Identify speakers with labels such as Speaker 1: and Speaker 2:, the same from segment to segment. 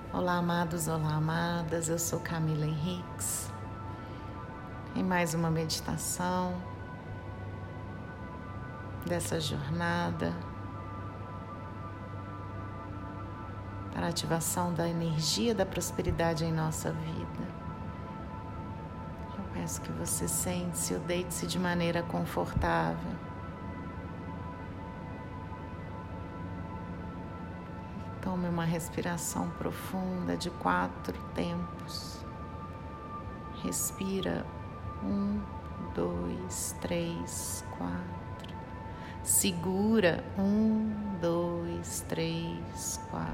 Speaker 1: Olá, amados, olá, amadas. Eu sou Camila Henriques. Em mais uma meditação dessa jornada para a ativação da energia da prosperidade em nossa vida. Eu peço que você sente-se ou deite-se de maneira confortável. Tome uma respiração profunda de 4 tempos. Respira 1, 2, 3, 4. Segura 1, 2, 3, 4.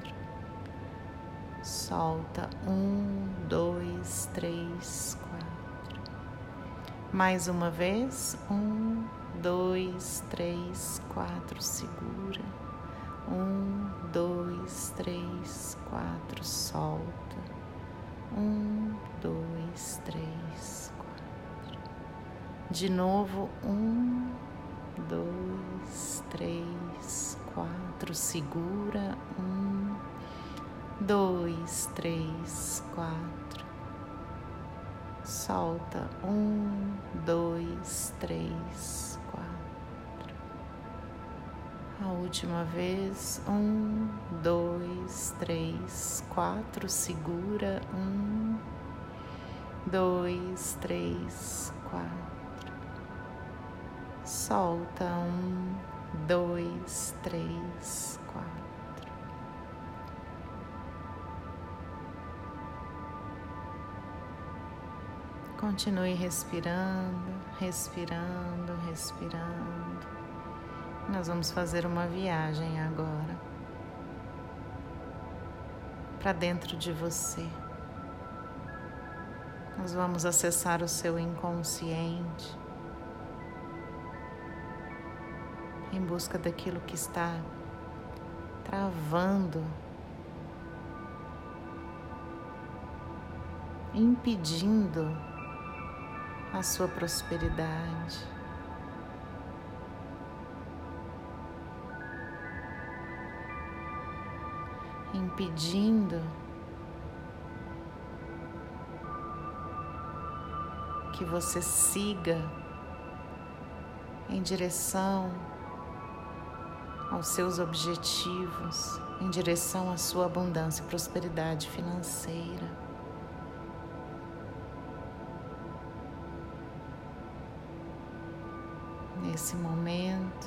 Speaker 1: Solta 1, 2, 3, 4. Mais uma vez 1, 2, 3, 4. Segura 1, 2, 3, 4. Solta 1, 2, 3, 4. De novo 1, 2, 3, 4. Segura 1, 2, 3, 4. Solta 1, 2, 3, 4. A última vez 1, 2, 3, 4. Segura 1, 2, 3, 4. Solta 1, 2, 3, 4. Continue respirando, respirando, respirando. Nós vamos fazer uma viagem agora para dentro de você. Nós vamos acessar o seu inconsciente em busca daquilo que está travando, impedindo a sua prosperidade. Impedindo que você siga em direção aos seus objetivos, em direção à sua abundância e prosperidade financeira. Nesse momento,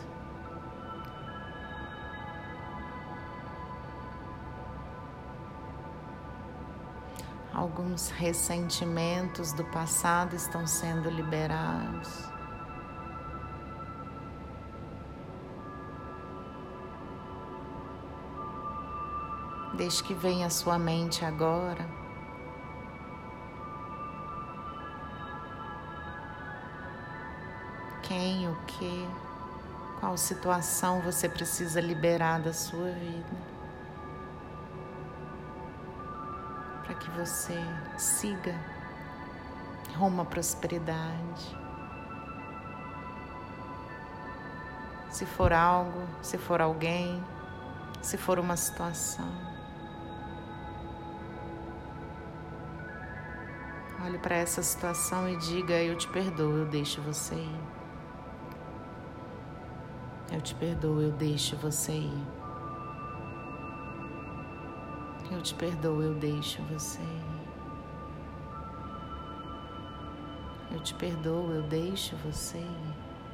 Speaker 1: alguns ressentimentos do passado estão sendo liberados. Deixe que venha à sua mente agora quem, o que, qual situação você precisa liberar da sua vida, para que você siga rumo à prosperidade. Se for algo, se for alguém, se for uma situação, olhe para essa situação e diga: eu te perdoo, eu deixo você ir. Eu te perdoo, eu deixo você ir. Eu te perdoo, eu deixo você ir. Eu te perdoo, eu deixo você ir.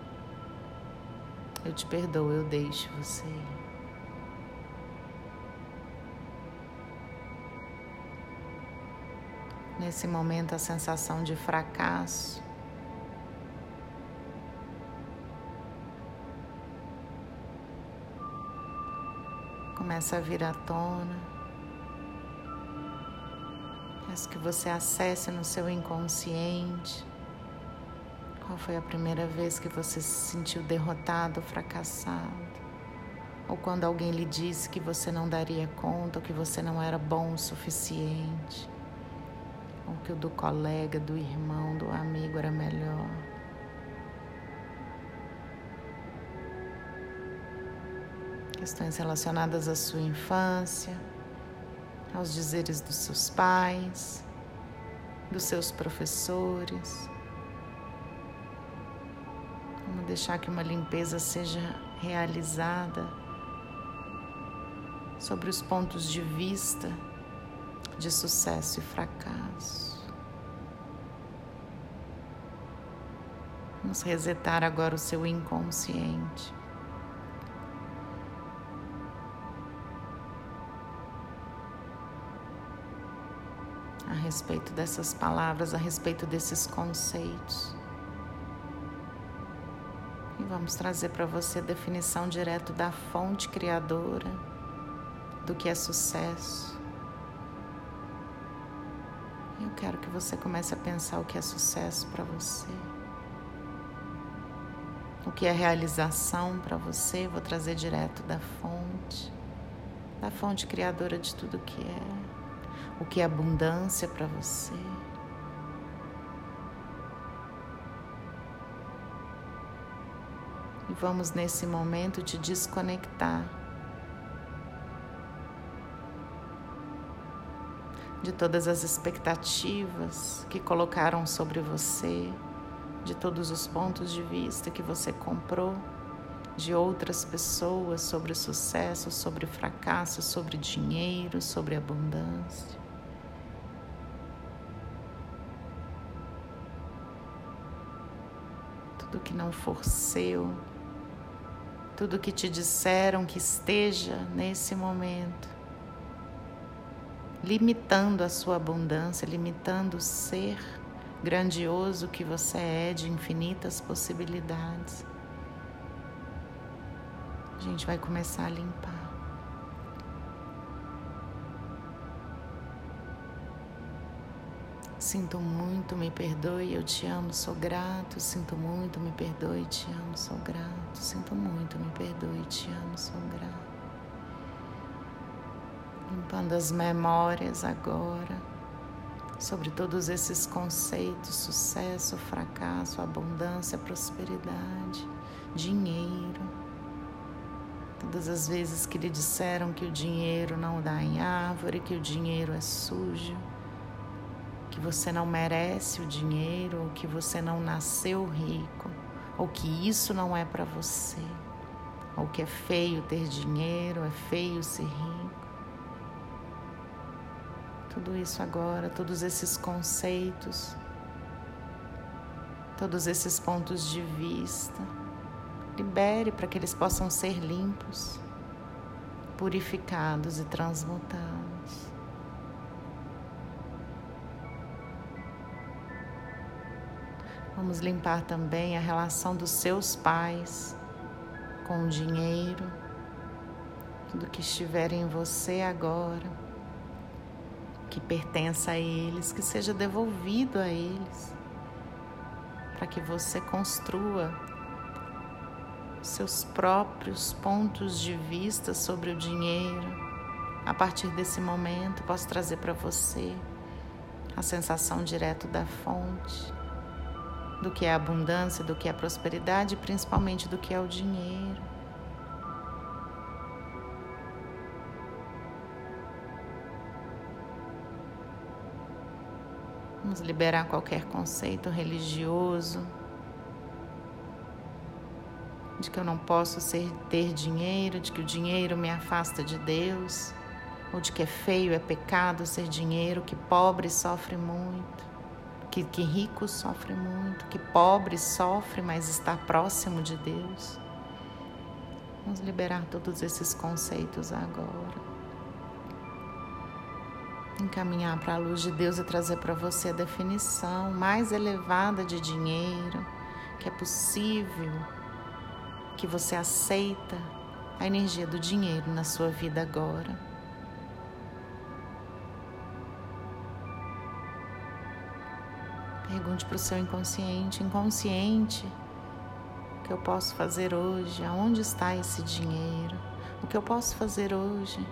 Speaker 1: Eu te perdoo, eu deixo você ir. Nesse momento, a sensação de fracasso começa a vir à tona. Peço que você acesse no seu inconsciente qual foi a primeira vez que você se sentiu derrotado, fracassado, ou quando alguém lhe disse que você não daria conta, ou que você não era bom o suficiente, ou que o do colega, do irmão, do amigo era melhor. Questões relacionadas à sua infância, aos dizeres dos seus pais, dos seus professores. Vamos deixar que uma limpeza seja realizada sobre os pontos de vista de sucesso e fracasso. Vamos resetar agora o seu inconsciente. A respeito dessas palavras, a respeito desses conceitos. E vamos trazer para você a definição direto da fonte criadora do que é sucesso. Eu quero que você comece a pensar o que é sucesso para você. O que é realização para você, vou trazer direto da fonte criadora de tudo que é. O que é abundância para você. E vamos nesse momento te desconectar de todas as expectativas que colocaram sobre você, de todos os pontos de vista que você comprou de outras pessoas sobre sucesso, sobre fracasso, sobre dinheiro, sobre abundância. Tudo que não for seu, tudo que te disseram que esteja nesse momento, limitando a sua abundância, limitando o ser grandioso que você é, de infinitas possibilidades. A gente vai começar a limpar. Sinto muito, me perdoe, eu te amo, sou grato. Sinto muito, me perdoe, te amo, sou grato. Sinto muito, me perdoe, te amo, sou grato. Limpando as memórias agora sobre todos esses conceitos: sucesso, fracasso, abundância, prosperidade, dinheiro. Todas as vezes que lhe disseram que o dinheiro não dá em árvore, que o dinheiro é sujo, que você não merece o dinheiro, ou que você não nasceu rico, ou que isso não é para você, ou que é feio ter dinheiro, é feio ser rico. Tudo isso agora, todos esses conceitos, todos esses pontos de vista, libere para que eles possam ser limpos, purificados e transmutados. Vamos limpar também a relação dos seus pais com o dinheiro, tudo que estiver em você agora, que pertença a eles, que seja devolvido a eles, para que você construa seus próprios pontos de vista sobre o dinheiro. A partir desse momento, posso trazer para você a sensação direto da fonte, do que é abundância, do que é prosperidade e principalmente do que é o dinheiro. Vamos liberar qualquer conceito religioso de que eu não posso ter dinheiro, de que o dinheiro me afasta de Deus, ou de que é feio, é pecado ser dinheiro, que pobre sofre muito, que rico sofre muito, que pobre sofre, mas está próximo de Deus. Vamos liberar todos esses conceitos agora. Encaminhar para a luz de Deus e trazer para você a definição mais elevada de dinheiro, que é possível, que você aceita a energia do dinheiro na sua vida agora. Pergunte para o seu inconsciente: inconsciente, o que eu posso fazer hoje? Aonde está esse dinheiro? O que eu posso fazer hoje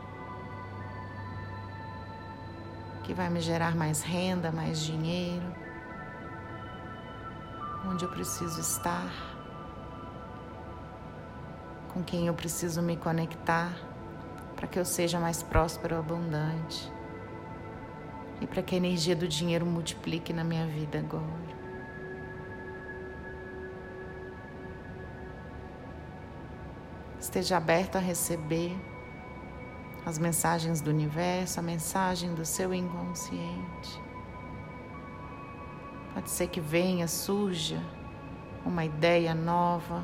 Speaker 1: que vai me gerar mais renda, mais dinheiro? Onde eu preciso estar? Com quem eu preciso me conectar para que eu seja mais próspero e abundante? e para que a energia do dinheiro multiplique na minha vida agora. Esteja aberto a receber as mensagens do universo, a mensagem do seu inconsciente. Pode ser que venha, surja uma ideia nova,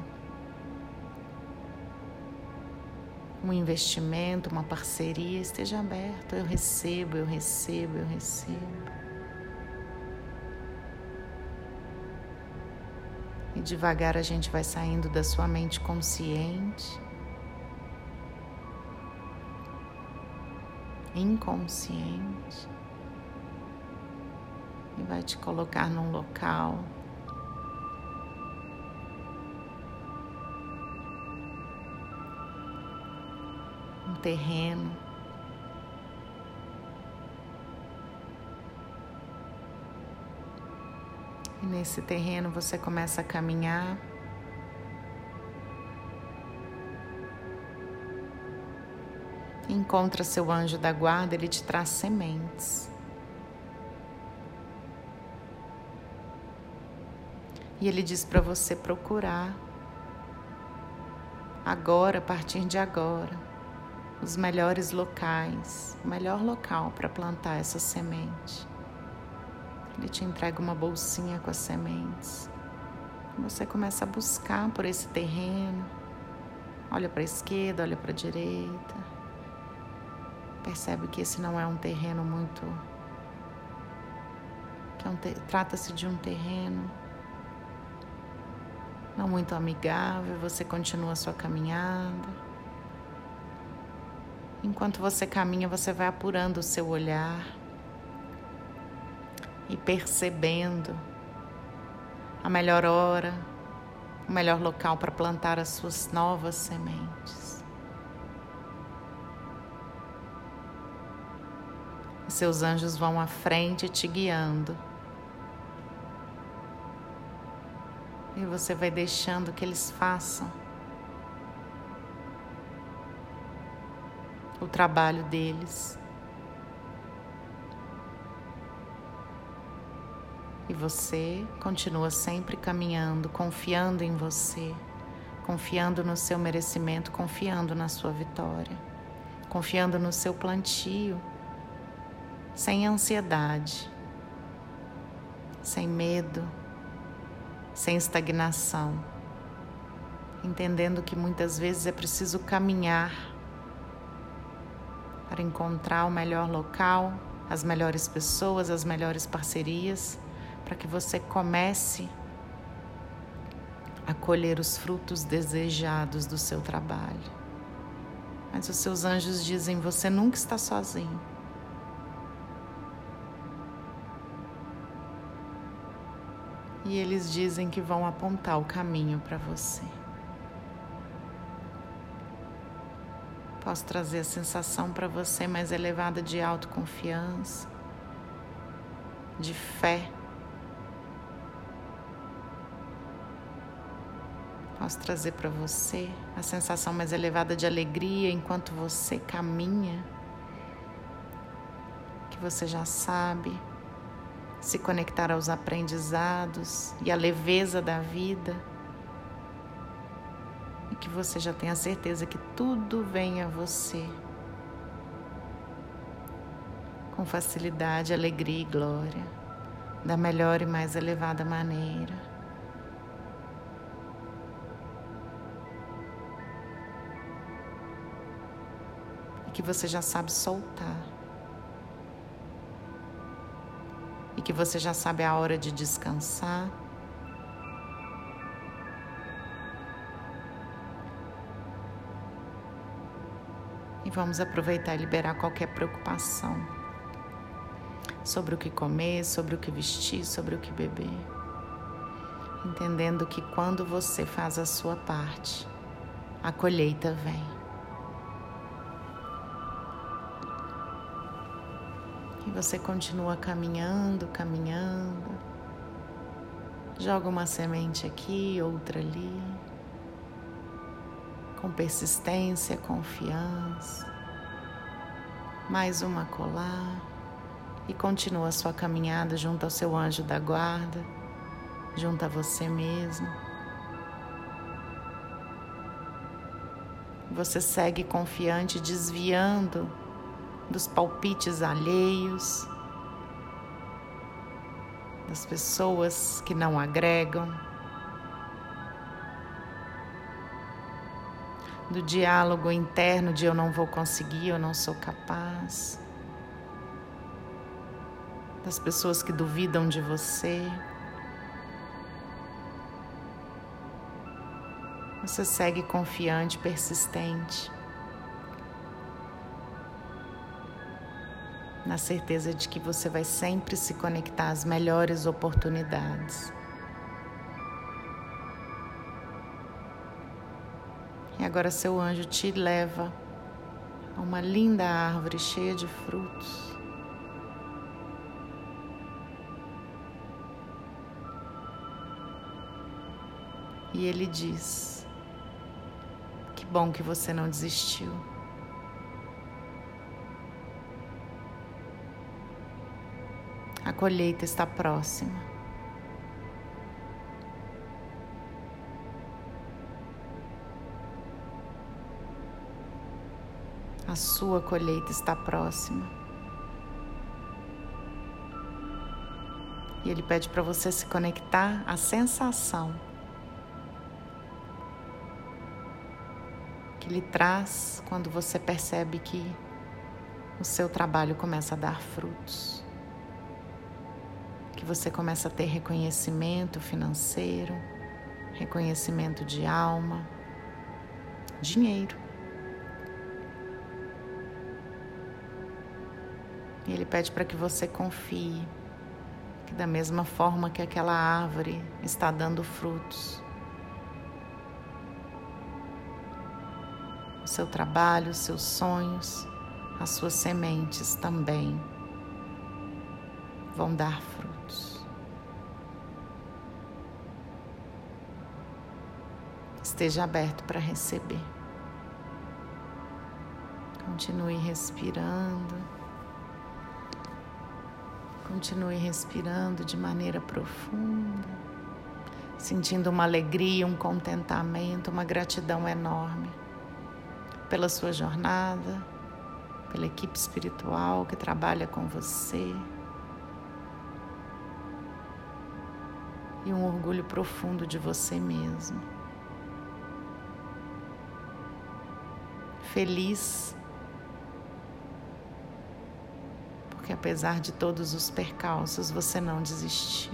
Speaker 1: um investimento, uma parceria. Esteja aberto, eu recebo, eu recebo, eu recebo. E devagar a gente vai saindo da sua mente consciente, inconsciente, e vai te colocar num local um terreno e nesse terreno você começa a caminhar. Encontra seu anjo da guarda, ele te traz sementes. E ele diz para você procurar agora, a partir de agora, os melhores locais, o melhor local para plantar essa semente. Ele te entrega uma bolsinha com as sementes. Você começa a buscar por esse terreno. Olha para a esquerda, olha para a direita. Percebe que esse não é um terreno muito... Trata-se de um terreno não muito amigável. Você continua a sua caminhada. Enquanto você caminha, você vai apurando o seu olhar e percebendo a melhor hora, o melhor local para plantar as suas novas sementes. Os seus anjos vão à frente te guiando. E você vai deixando que eles façam o trabalho deles. E você continua sempre caminhando, confiando em você, confiando no seu merecimento, confiando na sua vitória, confiando no seu plantio, sem ansiedade, sem medo, sem estagnação, entendendo que muitas vezes é preciso caminhar para encontrar o melhor local, as melhores pessoas, as melhores parcerias, para que você comece a colher os frutos desejados do seu trabalho. Mas os seus anjos dizem: você nunca está sozinho. E eles dizem que vão apontar o caminho para você. Posso trazer a sensação para você mais elevada de autoconfiança, de fé. Posso trazer para você a sensação mais elevada de alegria enquanto você caminha, que você já sabe se conectar aos aprendizados e à leveza da vida, e que você já tem a certeza que tudo vem a você com facilidade, alegria e glória, da melhor e mais elevada maneira. E que você já sabe soltar. E que você já sabe a hora de descansar. E vamos aproveitar e liberar qualquer preocupação sobre o que comer, sobre o que vestir, sobre o que beber. Entendendo que quando você faz a sua parte, a colheita vem. E você continua caminhando, caminhando. Joga uma semente aqui, outra ali. Com persistência, confiança. Mais uma acolá. e continua a sua caminhada junto ao seu anjo da guarda, junto a você mesmo. Você segue confiante, desviando dos palpites alheios, das pessoas que não agregam, do diálogo interno de eu não vou conseguir, eu não sou capaz, das pessoas que duvidam de você. Você segue confiante, persistente, na certeza de que você vai sempre se conectar às melhores oportunidades. E agora seu anjo te leva a uma linda árvore cheia de frutos. E ele diz: que bom que você não desistiu. A colheita está próxima. A sua colheita está próxima. E ele pede para você se conectar à sensação que lhe traz quando você percebe que o seu trabalho começa a dar frutos, que você começa a ter reconhecimento financeiro, reconhecimento de alma, dinheiro. E ele pede para que você confie que da mesma forma que aquela árvore está dando frutos, o seu trabalho, os seus sonhos, as suas sementes também vão dar frutos. Esteja aberto para receber. Continue respirando. Continue respirando de maneira profunda, sentindo uma alegria, um contentamento, uma gratidão enorme pela sua jornada, pela equipe espiritual que trabalha com você, e um orgulho profundo de você mesmo. Feliz porque apesar de todos os percalços, você não desistiu.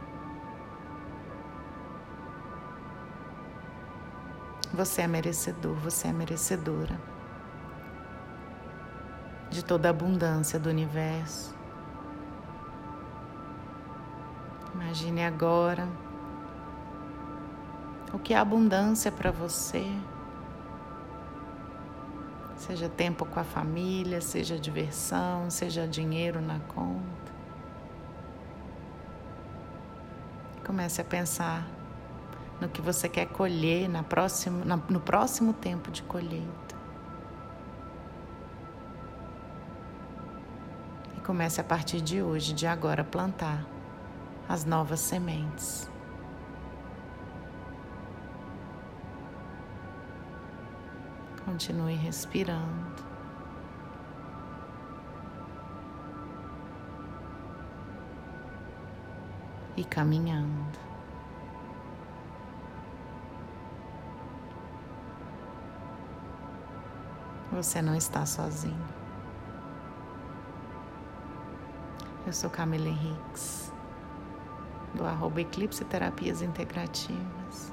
Speaker 1: Você é merecedor, você é merecedora de toda a abundância do universo. Imagine agora o que é abundância para você. Seja tempo com a família, seja diversão, seja dinheiro na conta. Comece a pensar no que você quer colher no próximo tempo de colheita. E comece a partir de hoje, de agora, a plantar as novas sementes. Continue respirando. E caminhando. Você não está sozinho. Eu sou Camila Henriques, do @Eclipse Terapias Integrativas.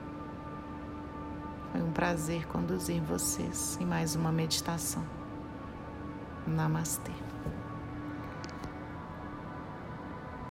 Speaker 1: Foi um prazer conduzir vocês em mais uma meditação. Namastê.